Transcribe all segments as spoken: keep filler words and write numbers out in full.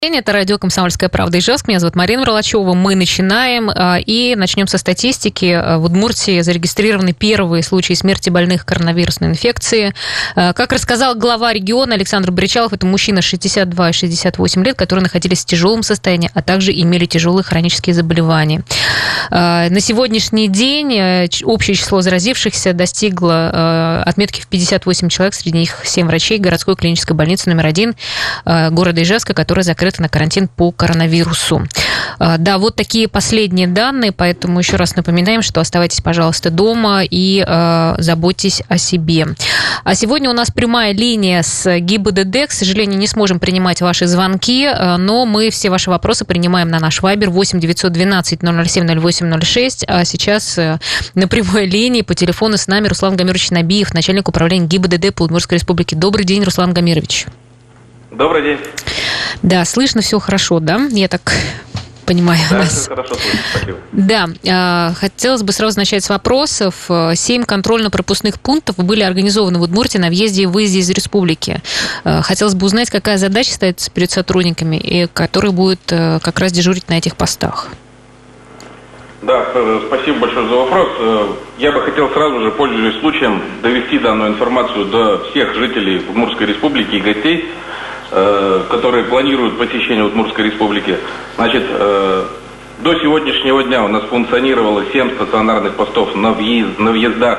Это радио «Комсомольская правда» Ижевск. Меня зовут Марина Мерлачева. Мы начинаем и начнем со статистики. В Удмуртии зарегистрированы первые случаи смерти больных коронавирусной инфекцией. Как рассказал глава региона Александр Бричалов, это мужчина шестьдесят два и шестьдесят восемь лет, которые находились в тяжелом состоянии, а также имели тяжелые хронические заболевания. На сегодняшний день общее число заразившихся достигло отметки в пятьдесят восемь человек, среди них семь врачей городской клинической больницы номер один города Ижевска, которая закрыта на карантин по коронавирусу. Да, вот такие последние данные, поэтому еще раз напоминаем, что оставайтесь, пожалуйста, дома и э, заботьтесь о себе. А сегодня у нас прямая линия с ГИБДД. К сожалению, не сможем принимать ваши звонки, но мы все ваши вопросы принимаем на наш вайбер восемь девятьсот двенадцать ноль ноль семь ноль восемь ноль шесть. А сейчас на прямой линии по телефону с нами Руслан Гамирович Набиев, начальник управления ГИБДД по Удмуртской республике. Добрый день, Руслан Гамирович. Добрый день. Да, слышно все хорошо, да? Я так понимаю. Да, нас. Все хорошо слышно, спасибо. Да, э, хотелось бы сразу начать с вопросов. Семь контрольно-пропускных пунктов были организованы в Удмуртии на въезде и выезде из республики. Э, хотелось бы узнать, какая задача стоит перед сотрудниками, и которые будут э, как раз дежурить на этих постах. Да, спасибо большое за вопрос. Я бы хотел сразу же, пользуясь случаем, довести данную информацию до всех жителей Удмуртской республики и гостей, которые планируют посещение Удмуртской республики. Значит, до сегодняшнего дня у нас функционировало семь стационарных постов на, въезд, на въездах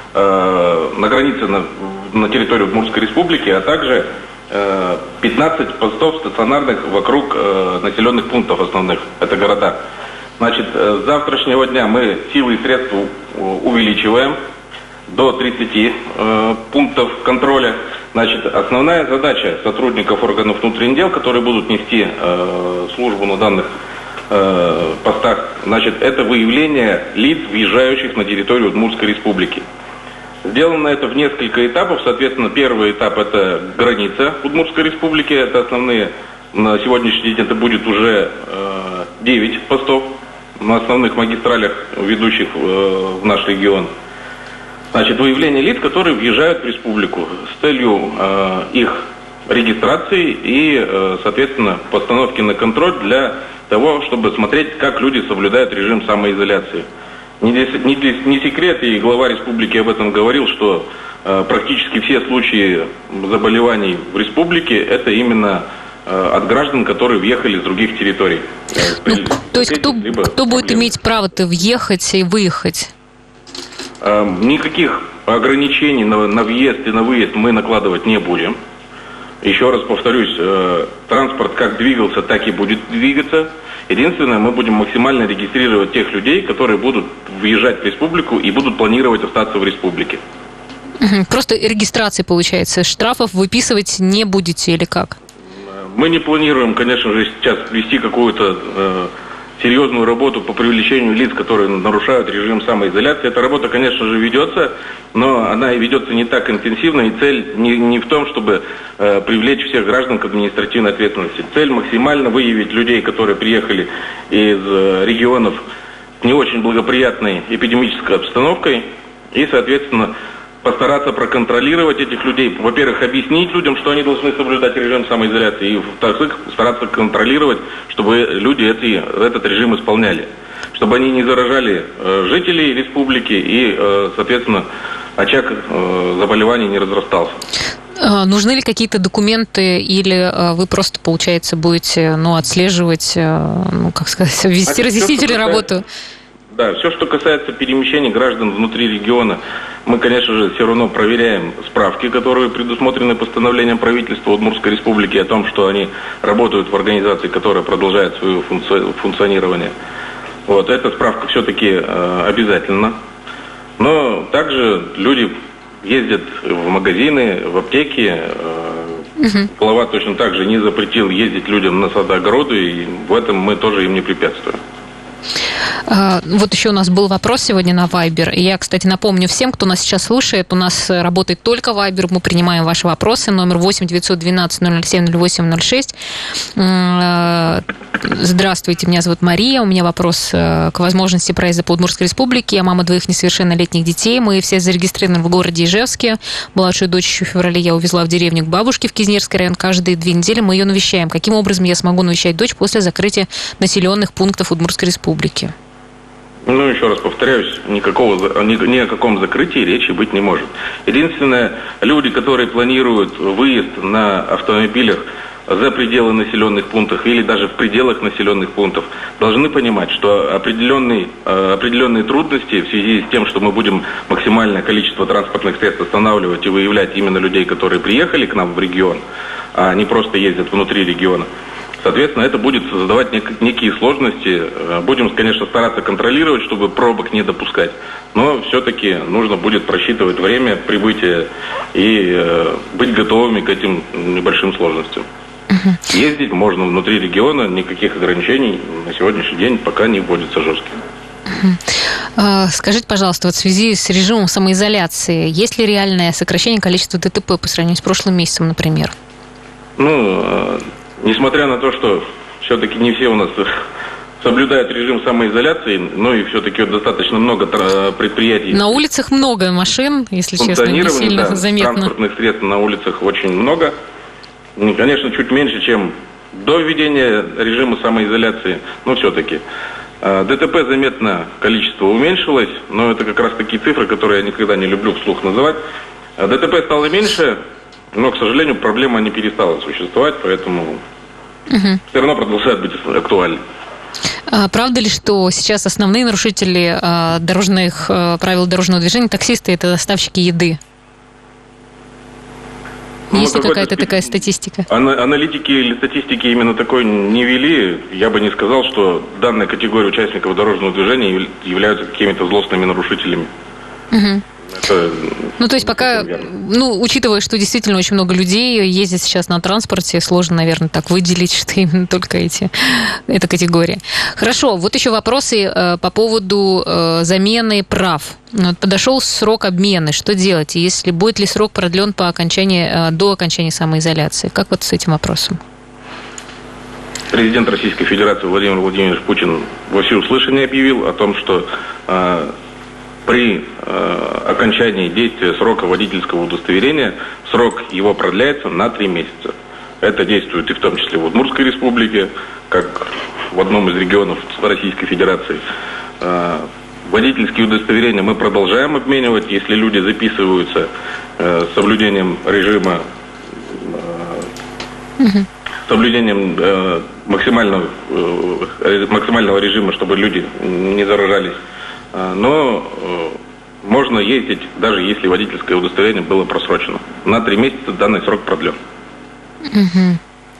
на границе на, на территорию Удмуртской республики, а также пятнадцать постов стационарных вокруг населенных пунктов основных, это города. Значит, с завтрашнего дня мы силы и средства увеличиваем до тридцати э, пунктов контроля. Значит, основная задача сотрудников органов внутренних дел, которые будут нести э, службу на данных э, постах, значит, это выявление лиц, въезжающих на территорию Удмуртской республики. Сделано это в несколько этапов. Соответственно, первый этап – это граница Удмуртской республики. Это основные. На сегодняшний день это будет уже э, девять постов на основных магистралях, ведущих э, в наш регион. Значит, выявление лиц, которые въезжают в республику с целью э, их регистрации и, э, соответственно, постановки на контроль для того, чтобы смотреть, как люди соблюдают режим самоизоляции. Не, не, не секрет, и глава республики об этом говорил, что э, практически все случаи заболеваний в республике – это именно э, от граждан, которые въехали с других территорий. Ну, то есть кто, кто будет иметь право-то въехать и выехать? Никаких ограничений на, на въезд и на выезд мы накладывать не будем. Еще раз повторюсь, э, транспорт как двигался, так и будет двигаться. Единственное, мы будем максимально регистрировать тех людей, которые будут въезжать в республику и будут планировать остаться в республике. Просто регистрации, получается, штрафов выписывать не будете или как? Мы не планируем, конечно же, сейчас вести какую-то э, серьезную работу по привлечению лиц, которые нарушают режим самоизоляции. Эта работа, конечно же, ведется, но она и ведется не так интенсивно, и цель не, не в том, чтобы э, привлечь всех граждан к административной ответственности. Цель максимально выявить людей, которые приехали из э, регионов с не очень благоприятной эпидемической обстановкой, и, соответственно, постараться проконтролировать этих людей. Во-первых, объяснить людям, что они должны соблюдать режим самоизоляции, и, во-вторых, стараться контролировать, чтобы люди эти, этот режим исполняли. Чтобы они не заражали э, жителей республики и, э, соответственно, очаг э, заболеваний не разрастался. Нужны ли какие-то документы, или вы просто, получается, будете ну, отслеживать, ну, как сказать, вести разъяснительную работу? Да, все, что касается перемещения граждан внутри региона, мы, конечно же, все равно проверяем справки, которые предусмотрены постановлением правительства Удмуртской республики о том, что они работают в организации, которая продолжает свое функци- функционирование. Вот, эта справка все-таки э, обязательна. Но также люди ездят в магазины, в аптеки. Э, угу. Глава точно так же не запретил ездить людям на сады, огороды, и в этом мы тоже им не препятствуем. Вот еще у нас был вопрос сегодня на Viber. Я, кстати, напомню всем, кто нас сейчас слушает, у нас работает только Viber. Мы принимаем ваши вопросы. Номер восемь девятьсот двенадцать ноль ноль семь ноль восемь ноль шесть. Здравствуйте, меня зовут Мария. У меня вопрос к возможности проезда по Удмуртской республике. Я мама двоих несовершеннолетних детей. Мы все зарегистрированы в городе Ижевске. Младшую дочь еще в феврале я увезла в деревню к бабушке в Кизнерский район. Каждые две недели мы ее навещаем. Каким образом я смогу навещать дочь после закрытия населенных пунктов Удмуртской республики? Ну, еще раз повторяюсь, никакого, ни, ни о каком закрытии речи быть не может. Единственное, люди, которые планируют выезд на автомобилях за пределы населенных пунктов или даже в пределах населенных пунктов, должны понимать, что определенные, определенные трудности в связи с тем, что мы будем максимальное количество транспортных средств останавливать и выявлять именно людей, которые приехали к нам в регион, а не просто ездят внутри региона. Соответственно, это будет создавать нек- некие сложности. Будем, конечно, стараться контролировать, чтобы пробок не допускать. Но все-таки нужно будет просчитывать время прибытия и э, быть готовыми к этим небольшим сложностям. Uh-huh. Ездить можно внутри региона, никаких ограничений на сегодняшний день пока не вводится жестких. Uh-huh. Скажите, пожалуйста, вот в связи с режимом самоизоляции, есть ли реальное сокращение количества ДТП по сравнению с прошлым месяцем, например? Ну, несмотря на то, что все-таки не все у нас соблюдают режим самоизоляции, но и все-таки достаточно много предприятий. На улицах много машин, если честно, не сильно да, заметно. Транспортных средств на улицах очень много. Конечно, чуть меньше, чем до введения режима самоизоляции, но все-таки. ДТП заметно количество уменьшилось, но это как раз такие цифры, которые я никогда не люблю вслух называть. ДТП стало меньше, но, к сожалению, проблема не перестала существовать, поэтому угу. все равно продолжает быть актуальной. А правда ли, что сейчас основные нарушители а, дорожных а, правил дорожного движения, таксисты, это доставщики еды? Ну, есть ли какая-то спи... такая статистика? Ана- аналитики или статистики именно такой не вели. Я бы не сказал, что данная категория участников дорожного движения являются какими-то злостными нарушителями. Угу. Это, ну, то есть пока, ну, учитывая, что действительно очень много людей ездит сейчас на транспорте, сложно, наверное, так выделить, что именно только эти, эта категория. Хорошо, вот еще вопросы э, по поводу э, замены прав. Вот подошел срок обмена, что делать? И если будет ли срок продлен по окончании, э, до окончания самоизоляции? Как вот с этим вопросом? Президент Российской Федерации Владимир Владимирович Путин во всеуслышание объявил о том, что э, при э, окончании действия срока водительского удостоверения срок его продляется на три месяца. Это действует и в том числе в Удмуртской республике, как в одном из регионов Российской Федерации. Э, водительские удостоверения мы продолжаем обменивать, если люди записываются э, с соблюдением режима, э, угу. соблюдением э, максимального, э, максимального режима, чтобы люди не заражались. Но э, можно ездить, даже если водительское удостоверение было просрочено. На три месяца данный срок продлен. Угу.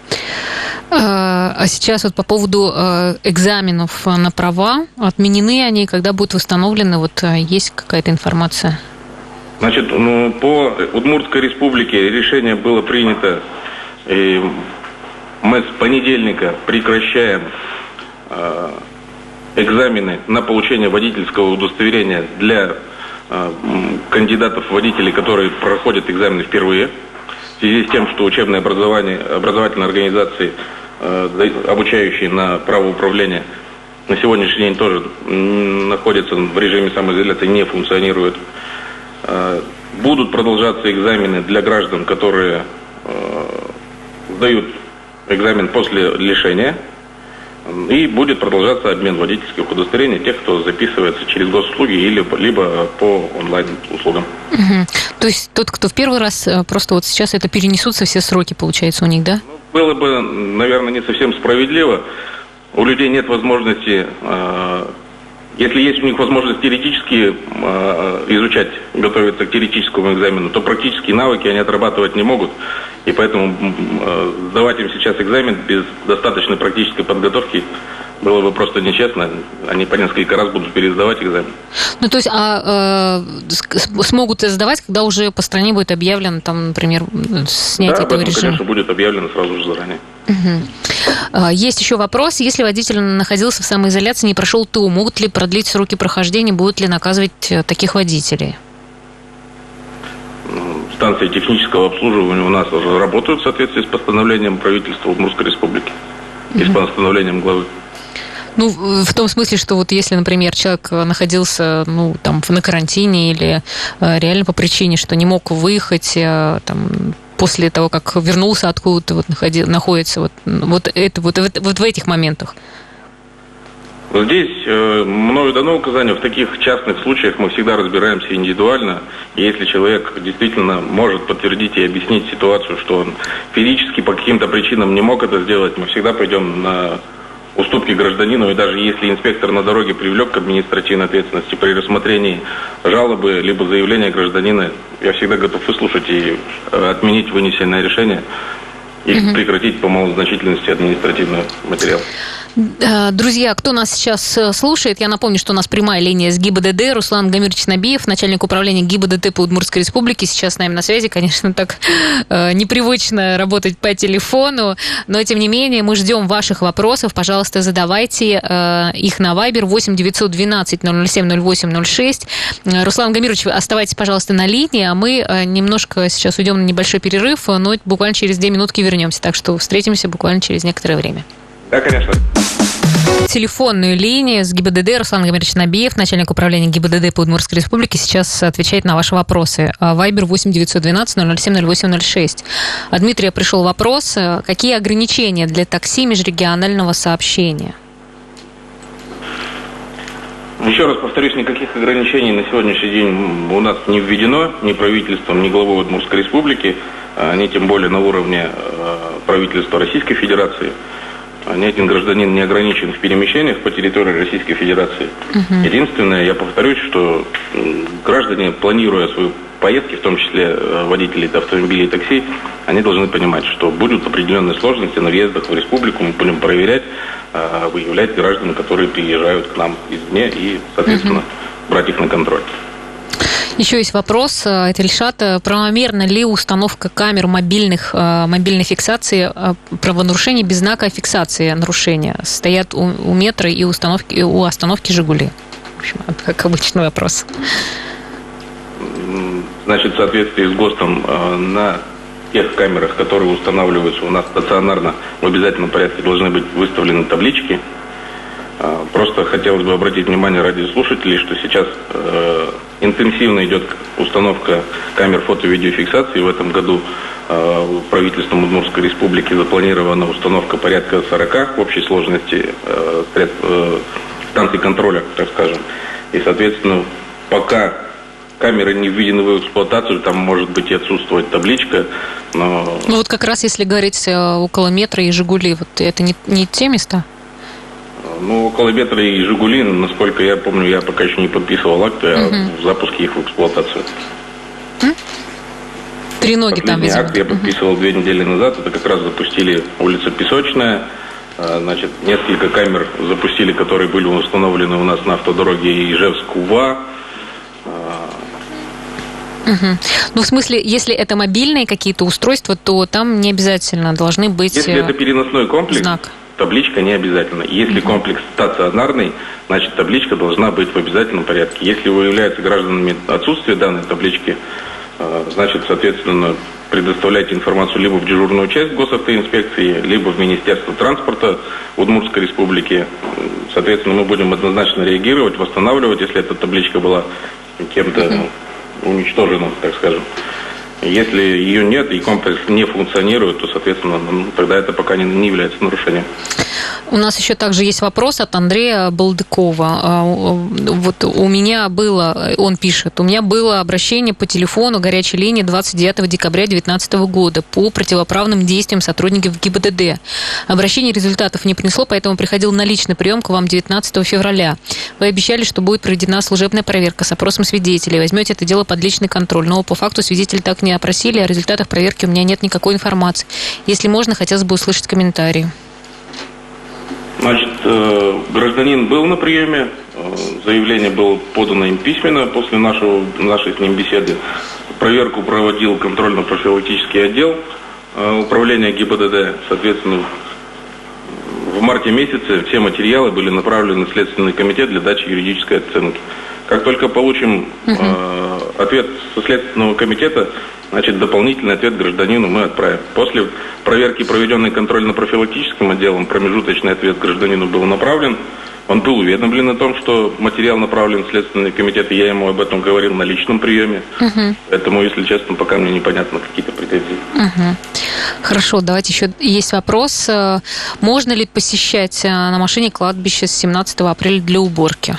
А сейчас вот по поводу экзаменов на права, отменены они, когда будут восстановлены, вот есть какая-то информация? Значит, ну, по Удмуртской республике решение было принято, и мы с понедельника прекращаем э, экзамены на получение водительского удостоверения для э, кандидатов в водителей, которые проходят экзамены впервые, в связи с тем, что учебные образование, образовательные организации, э, обучающие на право управления, на сегодняшний день тоже находятся в режиме самоизоляции, не функционируют. Э, будут продолжаться экзамены для граждан, которые э, сдают экзамен после лишения. И будет продолжаться обмен водительских удостоверений тех, кто записывается через госуслуги или либо по онлайн-услугам. Угу. То есть тот, кто в первый раз, просто вот сейчас это перенесутся все сроки, получается, у них, да? Ну, было бы, наверное, не совсем справедливо. У людей нет возможности, э, если есть у них возможность теоретически э, изучать, готовиться к теоретическому экзамену, то практические навыки они отрабатывать не могут. И поэтому э, сдавать им сейчас экзамен без достаточной практической подготовки было бы просто нечестно. Они по несколько раз будут пересдавать экзамен. Ну, то есть, а э, смогут сдавать, когда уже по стране будет объявлено, там, например, снятие да, этого этом, режима? конечно, будет объявлено сразу же заранее. Угу. Есть еще вопрос. Если водитель находился в самоизоляции, не прошел ТУ, могут ли продлить сроки прохождения, будут ли наказывать таких водителей? Станции технического обслуживания у нас уже работают в соответствии с постановлением правительства Удмуртской республики. и с постановлением главы. Ну, в том смысле, что вот если, например, человек находился, ну, там, на карантине или э, реально по причине, что не мог выехать, э, там, после того, как вернулся откуда-то, вот, находи, находится вот, вот, это, вот, вот, вот в этих моментах. Здесь э, мною дано указание, в таких частных случаях мы всегда разбираемся индивидуально. И если человек действительно может подтвердить и объяснить ситуацию, что он физически по каким-то причинам не мог это сделать, мы всегда пойдем на уступки гражданину, и даже если инспектор на дороге привлек к административной ответственности при рассмотрении жалобы либо заявления гражданина, я всегда готов выслушать и отменить вынесенное решение и угу. прекратить по малозначительности административный материал. Друзья, кто нас сейчас слушает, я напомню, что у нас прямая линия с ГИБДД. Руслан Гамирович Набиев, начальник управления ГИБДД по Удмуртской республике, сейчас с нами на связи. Конечно, так э, непривычно работать по телефону, но тем не менее мы ждем ваших вопросов. Пожалуйста, задавайте э, их на Viber восемь девятьсот двенадцать ноль ноль семь ноль восемь ноль шесть. Руслан Гамирович, оставайтесь, пожалуйста, на линии, а мы немножко сейчас уйдем на небольшой перерыв, но буквально через две минутки вернемся, так что встретимся буквально через некоторое время. Да, конечно. Телефонную линию с ГИБДД Руслан Гамирович Набиев, начальник управления ГИБДД по Удмуртской республике, сейчас отвечает на ваши вопросы. Вайбер восемь девятьсот двенадцать ноль ноль семь ноль восемь ноль шесть. От Дмитрия пришел вопрос. Какие ограничения для такси межрегионального сообщения? Еще раз повторюсь, никаких ограничений на сегодняшний день у нас не введено ни правительством, ни главой Удмуртской республики, ни тем более на уровне правительства Российской Федерации. Ни один гражданин не ограничен в перемещениях по территории Российской Федерации. Uh-huh. Единственное, я повторюсь, что граждане, планируя свои поездки, в том числе водители автомобилей и такси, они должны понимать, что будут определенные сложности на въездах в республику. Мы будем проверять, выявлять граждан, которые приезжают к нам извне и, соответственно, uh-huh. брать их на контроль. Еще есть вопрос, это Ильшат. Правомерна ли установка камер мобильных, мобильной фиксации правонарушений без знака фиксации нарушения? Стоят у, у метро и установки, у остановки «Жигули». В общем, это как обычный вопрос. Значит, в соответствии с ГОСТом на тех камерах, которые устанавливаются у нас стационарно, в обязательном порядке должны быть выставлены таблички. Просто хотелось бы обратить внимание радиослушателей, что сейчас э, интенсивно идет установка камер фото-видеофиксации. В этом году э, правительством Удмуртской республики запланирована установка порядка сорок в общей сложности э, средств, э, станций контроля, так скажем. И, соответственно, пока камеры не введены в эксплуатацию, там может быть и отсутствовать табличка. Но... Ну вот как раз если говорить около метро и «Жигули», вот это не, не те места? Ну, около метра и «Жигули», насколько я помню, я пока еще не подписывал акты о uh-huh. запуске их в эксплуатацию. Uh-huh. Три ноги там, видимо. Акт я подписывал uh-huh. две недели назад. Это как раз запустили улица Песочная. Значит, несколько камер запустили, которые были установлены у нас на автодороге Ижевск-Ува. Угу. Ну, в смысле, если это мобильные какие-то устройства, то там не обязательно должны быть Если это переносной комплекс, знак. Табличка не обязательно. Если угу. комплекс стационарный, значит, табличка должна быть в обязательном порядке. Если выявляется гражданами отсутствие данной таблички, значит, соответственно, предоставляйте информацию либо в дежурную часть госавтоинспекции, либо в Министерство транспорта Удмуртской республики. Соответственно, мы будем однозначно реагировать, восстанавливать, если эта табличка была кем-то угу. уничтожена, так скажем. Если ее нет и комплекс не функционирует, то, соответственно, ну, тогда это пока не, не является нарушением. У нас еще также есть вопрос от Андрея Балдыкова. Вот у меня было, он пишет, у меня было обращение по телефону горячей линии двадцать девятого декабря две тысячи девятнадцатого года по противоправным действиям сотрудников ГИБДД. Обращение результатов не принесло, поэтому приходил на личный прием к вам девятнадцатого февраля. Вы обещали, что будет проведена служебная проверка с опросом свидетелей. Возьмете это дело под личный контроль. Но по факту свидетели так не опросили, о результатах проверки у меня нет никакой информации. Если можно, хотелось бы услышать комментарии. Значит, гражданин был на приеме, заявление было подано им письменно после нашего, нашей с ним беседы. Проверку проводил контрольно-профилактический отдел управления ГИБДД. Соответственно, в марте месяце все материалы были направлены в Следственный комитет для дачи юридической оценки. Как только получим uh-huh. э, ответ со Следственного комитета, значит, дополнительный ответ гражданину мы отправим. После проверки, проведенной контрольно-профилактическим отделом, промежуточный ответ гражданину был направлен. Он был уведомлен о том, что материал направлен в Следственный комитет, и я ему об этом говорил на личном приеме. Угу. Поэтому, если честно, пока мне непонятно какие-то претензии. Угу. Хорошо, давайте еще есть вопрос. Можно ли посещать на машине кладбище с семнадцатого апреля для уборки?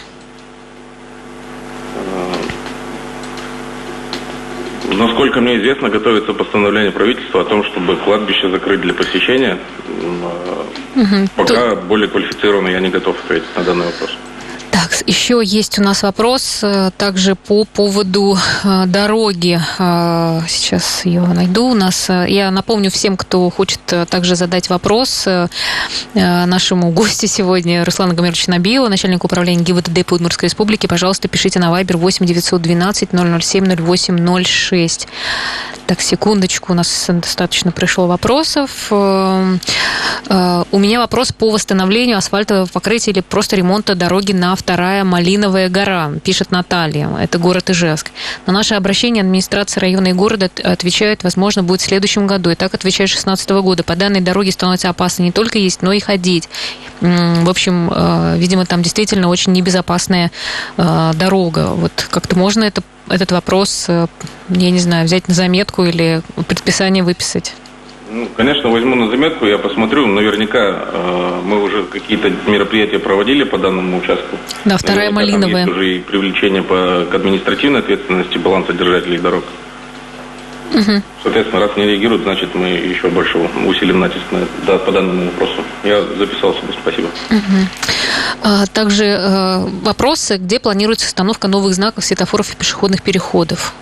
Насколько мне известно, готовится постановление правительства о том, чтобы кладбище закрыть для посещения. Угу. Пока То... более квалифицированно я не готов ответить на данный вопрос. Так, еще есть у нас вопрос также по поводу дороги. Сейчас ее найду у нас. Я напомню всем, кто хочет также задать вопрос нашему гостю сегодня, Руслану Гамировичу Набиеву, начальнику управления ГИБДД по Удмуртской республике. Пожалуйста, пишите на Вайбер восемь девятьсот двенадцать ноль ноль семь ноль восемь ноль шесть. Так, секундочку, у нас достаточно пришло вопросов. У меня вопрос по восстановлению асфальтового покрытия или просто ремонта дороги на Вторая Малиновая гора, пишет Наталья. Это город Ижевск. На наше обращение администрация района и города отвечает, возможно, будет в следующем году. И так отвечает с шестнадцатого года. По данной дороге становится опасно не только ездить, но и ходить. В общем, видимо, там действительно очень небезопасная дорога. Вот как-то можно это, этот вопрос, я не знаю, взять на заметку или предписание выписать? Ну, конечно, возьму на заметку, я посмотрю. Наверняка э, мы уже какие-то мероприятия проводили по данному участку. Да, Вторая Наверняка Малиновая. Там есть уже и привлечение по, к административной ответственности балансодержателей дорог. Угу. Соответственно, раз не реагируют, значит, мы еще больше усилим натиск на, да, по данному вопросу. Я записал себе, спасибо. Угу. А, также э, вопросы, где планируется установка новых знаков, светофоров и пешеходных переходов?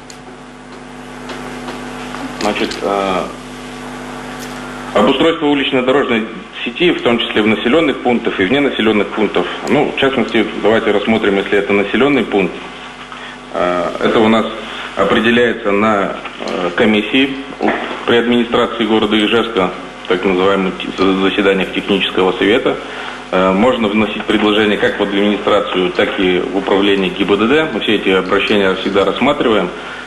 Значит... Э, Обустройство уличной дорожной сети, в том числе в населенных пунктах и вне населенных пунктов. Ну, в частности, давайте рассмотрим, если это населенный пункт. Это у нас определяется на комиссии при администрации города Ижевска, так называемых заседаниях технического совета. Можно вносить предложения как в администрацию, так и в управление ГИБДД. Мы все эти обращения всегда рассматриваем.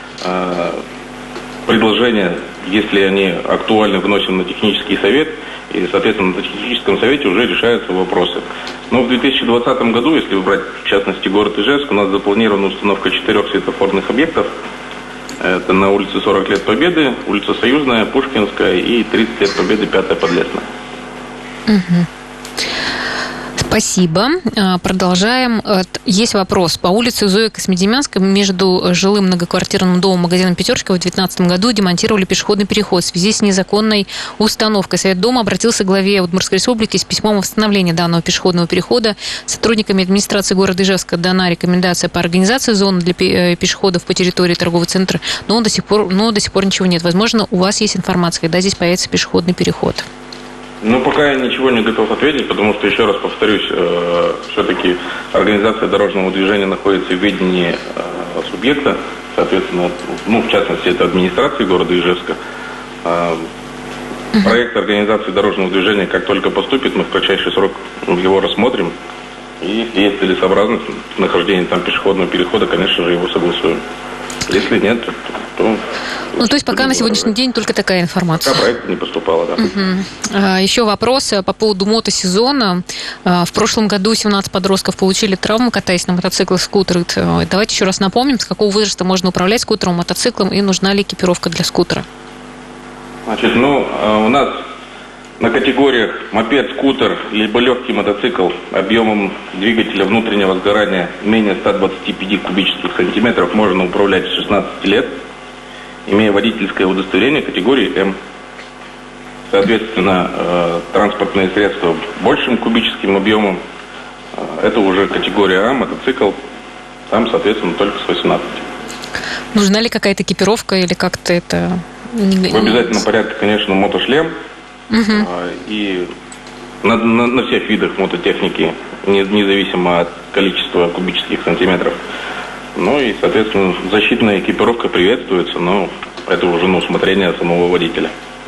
Предложения, если они актуальны, вносим на технический совет, и, соответственно, на техническом совете уже решаются вопросы. Но в две тысячи двадцатом году, если брать, в частности, город Ижевск, у нас запланирована установка четырех светофорных объектов. Это на улице сорок лет Победы, улица Союзная, Пушкинская и тридцать лет Победы, пятая Подлесная. Угу. Спасибо. Продолжаем. Есть вопрос. По улице Зои Космедемянской между жилым многоквартирным домом и магазином «Пятерочка» в две тысячи девятнадцатом году демонтировали пешеходный переход в связи с незаконной установкой. Совет дома обратился к главе Удмуртской республики с письмом о восстановлении данного пешеходного перехода. Сотрудниками администрации города Ижевска дана рекомендация по организации зоны для пешеходов по территории торгового центра, но до сих пор, но до сих пор ничего нет. Возможно, у вас есть информация, когда здесь появится пешеходный переход? Ну, пока я ничего не готов ответить, потому что, еще раз повторюсь, э, все-таки организация дорожного движения находится в ведении э, субъекта, соответственно, ну, в частности, это администрации города Ижевска. Э, проект организации дорожного движения, как только поступит, мы в кратчайший срок его рассмотрим. И если есть целесообразность нахождения там пешеходного перехода, конечно же, его согласуем. Если нет, то... Ну, то есть пока на сегодняшний день только такая информация. Пока проект не поступала, да. Угу. Еще вопрос по поводу мотосезона. В прошлом году семнадцать подростков получили травмы, катаясь на мотоциклах, скутерах. Давайте еще раз напомним, с какого возраста можно управлять скутером, мотоциклом, и нужна ли экипировка для скутера? Значит, ну, у нас на категориях мопед, скутер, либо легкий мотоцикл объемом двигателя внутреннего сгорания менее ста двадцати пяти кубических сантиметров можно управлять с шестнадцати лет, имея водительское удостоверение категории М. Соответственно, э, транспортные средства большим кубическим объемом, э, это уже категория А, мотоцикл, там, соответственно, только с восемнадцати. Нужна ли какая-то экипировка или как-то это... В обязательном порядке, конечно, мотошлем. Угу. Э, и на, на, на всех видах мототехники, не, независимо от количества кубических сантиметров. Ну и, соответственно, защитная экипировка приветствуется, но это уже на усмотрение самого водителя.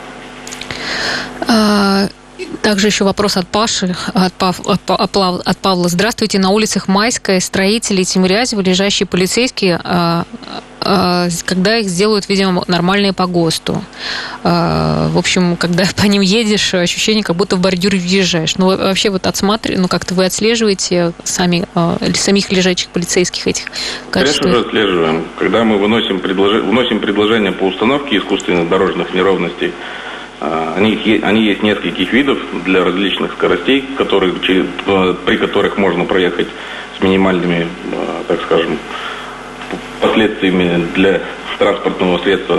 Также еще вопрос от Паши, от, Пав, от Павла. Здравствуйте. На улицах Майская, Строителей, Тимирязева лежащие полицейские когда их сделают, видимо, нормальные по ГОСТу. В общем, когда по ним едешь, ощущение, как будто в бордюр въезжаешь. Ну, вообще вот отсматриваете, ну, как-то вы отслеживаете сами, самих лежачих полицейских этих качеств? Конечно же, отслеживаем. Когда мы выносим, предлож... вносим предложение по установке искусственных дорожных неровностей, они, они есть нескольких видов для различных скоростей, которые, при которых можно проехать с минимальными, так скажем, последствиями для транспортного средства.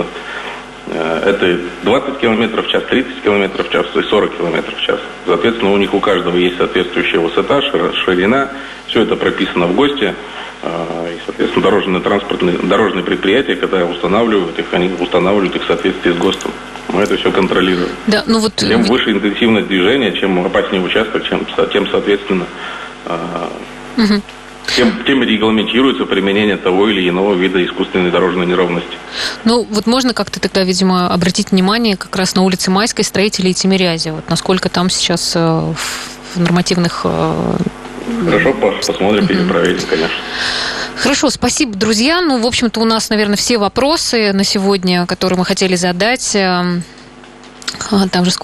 Это двадцать километров в час, тридцать километров в час и сорок километров в час. Соответственно, у них у каждого есть соответствующая высота, ширина. Все это прописано в ГОСТе. И, соответственно, дорожные транспортные, дорожные предприятия, когда устанавливают их, они устанавливают их в соответствии с ГОСТом. Мы это все контролируем. Да, ну вот... Чем выше интенсивность движения, чем опаснее участок, чем, тем, соответственно, угу. тем, тем регламентируется применение того или иного вида искусственной дорожной неровности. Ну, вот можно как-то тогда, видимо, обратить внимание как раз на улице Майской, Строителей и Тимирязева. Вот насколько там сейчас в нормативных... Хорошо, посмотрим, перепроверим, конечно. Хорошо, спасибо, друзья. Ну, в общем-то, у нас, наверное, все вопросы на сегодня, которые мы хотели задать. Там же...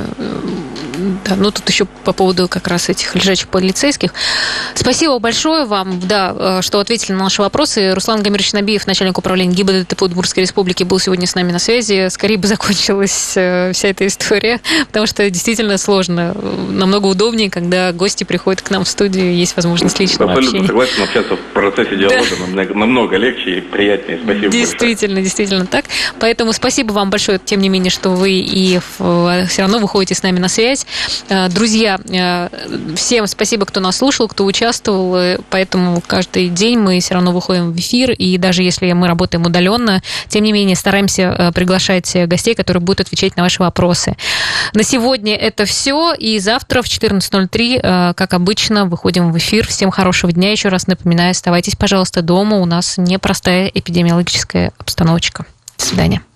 Да, ну, тут еще по поводу как раз этих лежачих полицейских. Спасибо большое вам, да, что ответили на наши вопросы. Руслан Гамирович Набиев, начальник управления ГИБДД по Удмуртской республике, был сегодня с нами на связи. Скорее бы закончилась вся эта история, потому что действительно сложно. Намного удобнее, когда гости приходят к нам в студию, есть возможность личного Абсолютно общения. Абсолютно согласен, общаться в процессе диалога да. намного, намного легче и приятнее. Спасибо Действительно, большое. действительно так. Поэтому спасибо вам большое, тем не менее, что вы и все равно выходите с нами на связь. Друзья, всем спасибо, кто нас слушал, кто участвовал. Поэтому каждый день мы все равно выходим в эфир. И даже если мы работаем удаленно, тем не менее стараемся приглашать гостей, которые будут отвечать на ваши вопросы. На сегодня это все. И завтра в четырнадцать ноль три, как обычно, выходим в эфир. Всем хорошего дня. Еще раз напоминаю, оставайтесь, пожалуйста, дома. У нас непростая эпидемиологическая обстановочка. До свидания.